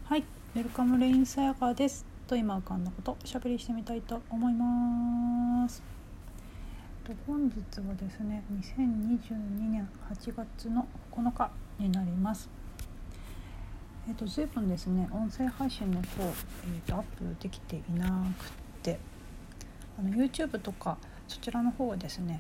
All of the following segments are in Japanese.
はい、ウェルカムレインさやかです。今浮かんだことおしゃべりしてみたいと思います。本日はですね、2022年8月の9日になります。随分ですね、音声配信の方、アップできていなくて、YouTube とかそちらの方はですね、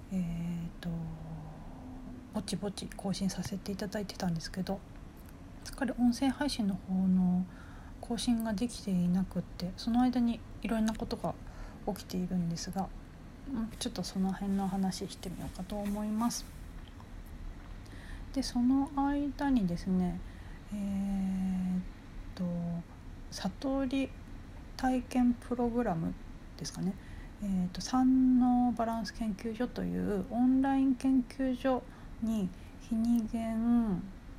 ぼちぼち更新させていただいてたんですけど、すっかり音声配信の方の更新ができていなくって、その間にいろんなことが起きているんですが、ちょっとその辺の話してみようかと思います。でその間にですね、悟り体験プログラムですかね、三脳バランス研究所というオンライン研究所に非二元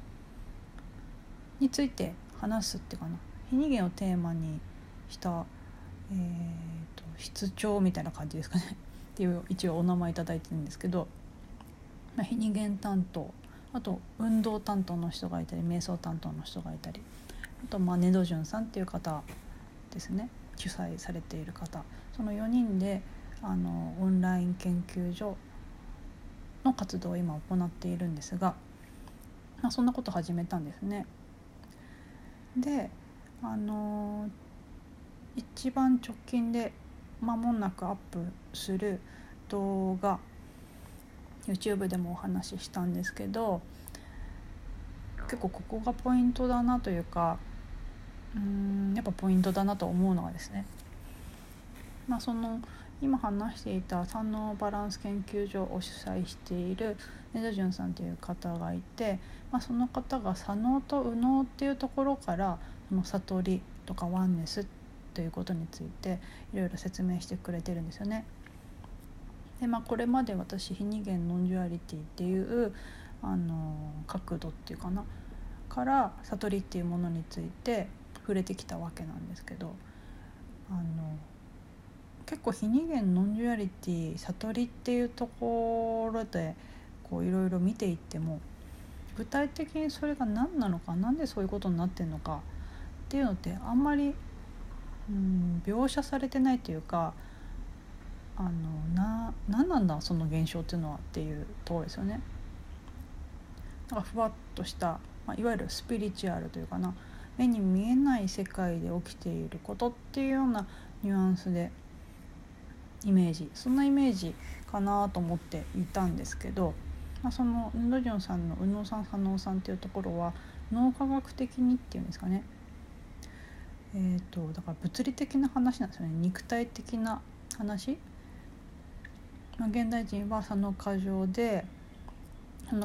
について話すっていうかな、非二元をテーマにした、室長みたいな感じですかねっていう一応お名前いただいてるんですけど、非二元担当、あと運動担当の人がいたり、瞑想担当の人がいたり、あとネドジュンさんっていう方ですね、主催されている方、その4人でオンライン研究所の活動を今行っているんですが、そんなこと始めたんですね。で一番直近で間もなくアップする動画 YouTube でもお話ししたんですけど、結構ここがポイントだなというか、やっぱポイントだなと思うのはですね、その今話していた三脳バランス研究所を主催しているネドジュンさんという方がいて、その方が左脳と右脳っていうところからその悟りとかワンネスということについていろいろ説明してくれてるんですよね。でこれまで私非二元ノンデュアリティっていう角度っていうかなから悟りっていうものについて触れてきたわけなんですけど、結構非二元ノンデュアリティ悟りっていうところでいろいろ見ていっても、具体的にそれが何なのか、なんでそういうことになってるのかっていうのってあんまり描写されてないというか、何なんだその現象っていうのはっていうところですよね。だからふわっとした、いわゆるスピリチュアルというかな、目に見えない世界で起きていることっていうようなニュアンスでそんなイメージかなと思っていたんですけど、そのネドジョンさんの右脳さん左脳さんっていうところは脳科学的にっていうんですかね、だから物理的な話なんですよね。肉体的な話、現代人は左脳過剰で左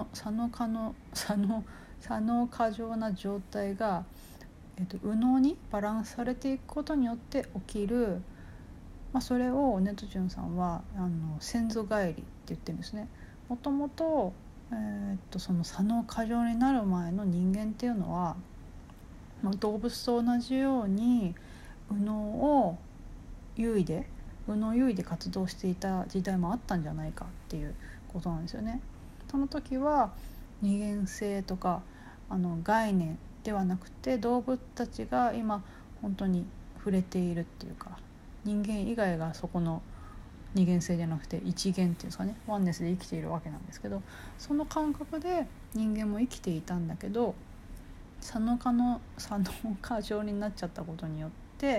脳過剰な状態が、右脳にバランスされていくことによって起きる、それをネトジュンさんは先祖返りって言ってるんですね。もともとその左脳過剰になる前の人間っていうのは、動物と同じように右脳優位で活動していた時代もあったんじゃないかっていうことなんですよね。その時は二元性とか概念ではなくて、動物たちが今本当に触れているっていうか、人間以外がそこの二元性じゃなくて一元っていうんですかね、ワンネスで生きているわけなんですけど、その感覚で人間も生きていたんだけど、左脳過剰になっちゃったことによって、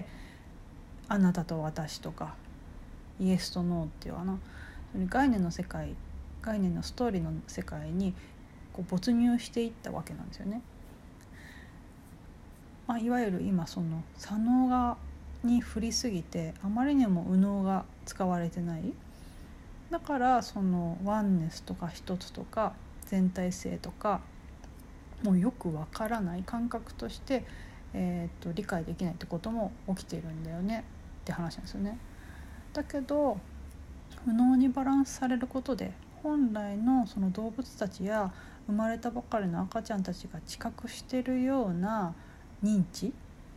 あなたと私とかイエスとノーっていう概念のストーリーの世界に没入していったわけなんですよね。いわゆる今その左脳に振りすぎて、あまりにも右脳が使われてない。だからそのワンネスとか一つとか全体性とかもうよくわからない感覚として、理解できないってことも起きているんだよねって話なんですよね。だけど右脳にバランスされることで、本来のその動物たちや生まれたばかりの赤ちゃんたちが知覚しているような認知、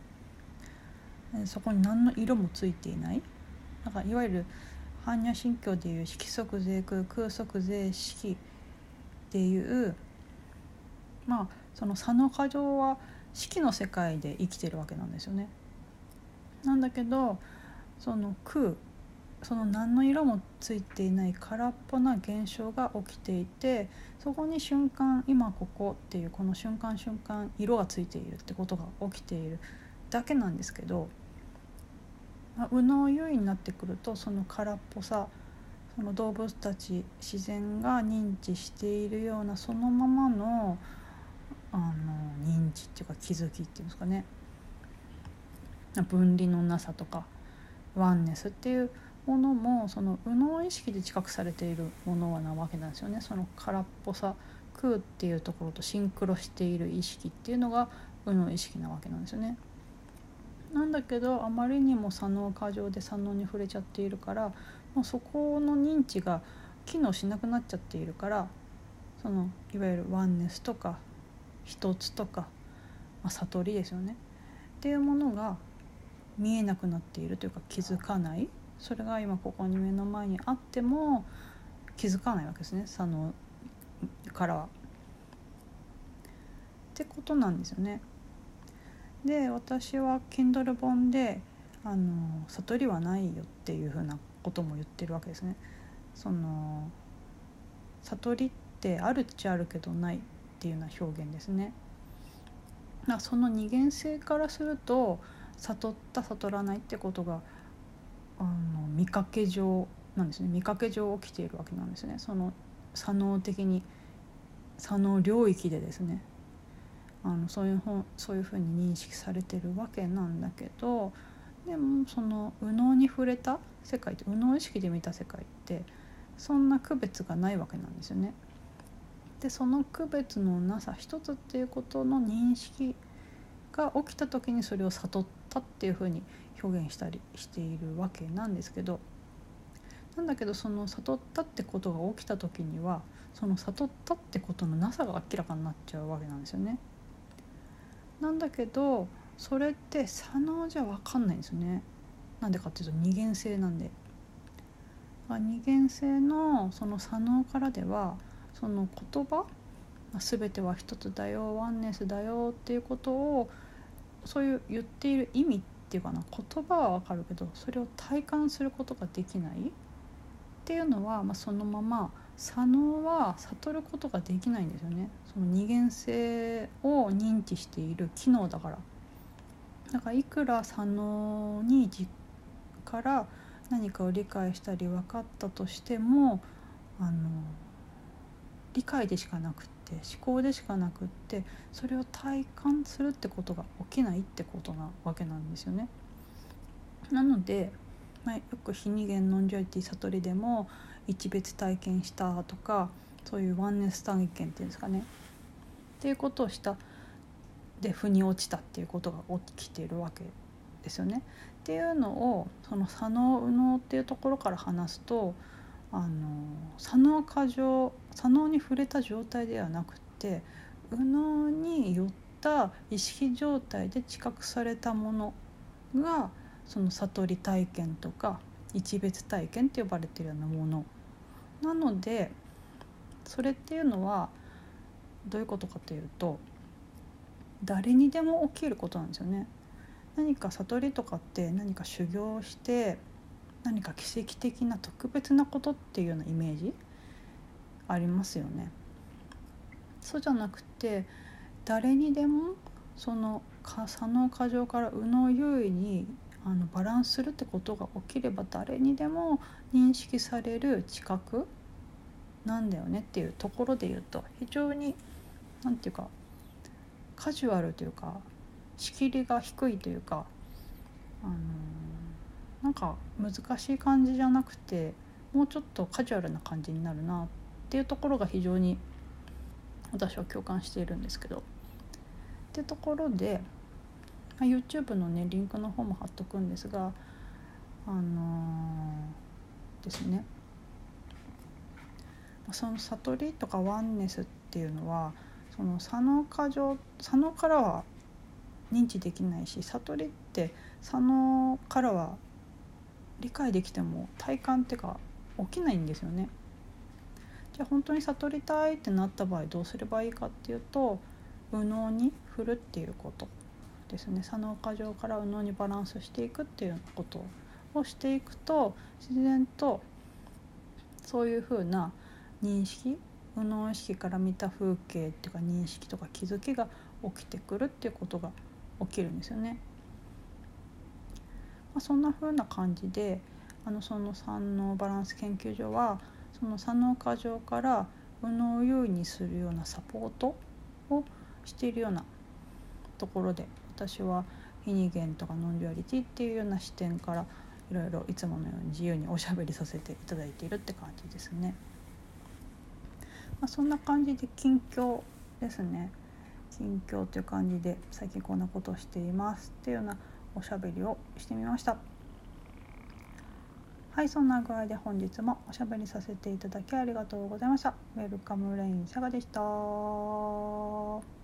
そこに何の色もついていない、だからいわゆる般若心経でいう色即是空、空即是色っていう、その左脳過剰は色の世界で生きてるわけなんですよね。なんだけどその空、その何の色もついていない空っぽな現象が起きていて、そこに瞬間今ここっていうこの瞬間瞬間色がついているってことが起きているだけなんですけど、右脳優位になってくるとその空っぽさ、その動物たち自然が認知しているようなそのままの、認知っていうか気づきっていうんですかね、分離のなさとかワンネスっていうものもその右脳意識で知覚されているものなわけなんですよね。その空っぽさ、空っていうところとシンクロしている意識っていうのが右脳意識なわけなんですよね。なんだけどあまりにも左脳過剰で左脳に触れちゃっているから、もうそこの認知が機能しなくなっちゃっているから、そのいわゆるワンネスとか一つとか、悟りですよねっていうものが見えなくなっているというか気づかない、それが今ここに目の前にあっても気づかないわけですね、左脳からはってことなんですよね。で私は Kindle 本で悟りはないよっていうふうなことも言ってるわけですね。その悟りってあるっちゃあるけどないっていうような表現ですね。その二元性からすると悟った悟らないってことが見かけ上なんですね。見かけ上起きているわけなんですね。その左脳的に左脳領域でですね、そういうふうに認識されてるわけなんだけど、でもその右脳に触れた世界って、右脳意識で見た世界ってそんな区別がないわけなんですよね。でその区別のなさ、一つっていうことの認識が起きた時にそれを悟ったっていうふうに表現したりしているわけなんですけど、なんだけどその悟ったってことが起きた時にはその悟ったってことのなさが明らかになっちゃうわけなんですよね。なんだけどそれって左脳じゃ分かんないんですよね。なんでかっていうと二元性なんで、二元性のその左脳からではその言葉、全ては一つだよ、ワンネスだよっていうことを、そういう言っている意味っていうかな、言葉は分かるけどそれを体感することができないっていうのは、そのまま左脳は悟ることができないんですよね。その二元性を認知している機能だから。だからいくら左脳にから何かを理解したり分かったとしても理解でしかなくって思考でしかなくって、それを体感するってことが起きないってことなわけなんですよね。なので、よく非二元ノンデュアリティ悟りでも一別体験したとか、そういうワンネス体験っていうんですかねっていうことをしたで腑に落ちたっていうことが起きているわけですよね。っていうのをその左脳右脳っていうところから話すと、左脳過剰、左脳に触れた状態ではなくて右脳によった意識状態で知覚されたものがその悟り体験とか一別体験って呼ばれているようなものなので、それっていうのはどういうことかというと誰にでも起きることなんですよね。何か悟りとかって何か修行して何か奇跡的な特別なことっていうようなイメージありますよね。そうじゃなくて誰にでもその左脳過剰から右脳優位にバランスするってことが起きれば誰にでも認識される知覚なんだよねっていうところで言うと、非常になんていうかカジュアルというか仕切りが低いというか、なんか難しい感じじゃなくてもうちょっとカジュアルな感じになるなっていうところが非常に私は共感しているんですけど、ってところで、YouTube のねリンクの方も貼っとくんですが、ですね、その悟りとかワンネスっていうのはその左脳からは認知できないし、悟りって左脳からは理解できても体感っていうか起きないんですよね。じゃあ本当に悟りたいってなった場合どうすればいいかっていうと、右脳に振るっていうことですね。左脳過剰から右脳にバランスしていくっていうことをしていくと、自然とそういうふうな認識、右脳意識から見た風景っていうか認識とか気づきが起きてくるっていうことが起きるんですよね。そんな風な感じでその三脳バランス研究所はその左脳過剰から右脳を優位にするようなサポートをしているようなところで、私は非二元とかノンデュアリティっていうような視点からいろいろいつものように自由におしゃべりさせていただいているって感じですね。そんな感じで近況ですね。近況という感じで最近こんなことをしていますっていうようなおしゃべりをしてみました。はい、そんな具合で本日もおしゃべりさせていただきありがとうございました。ウェルカムレインサガでした。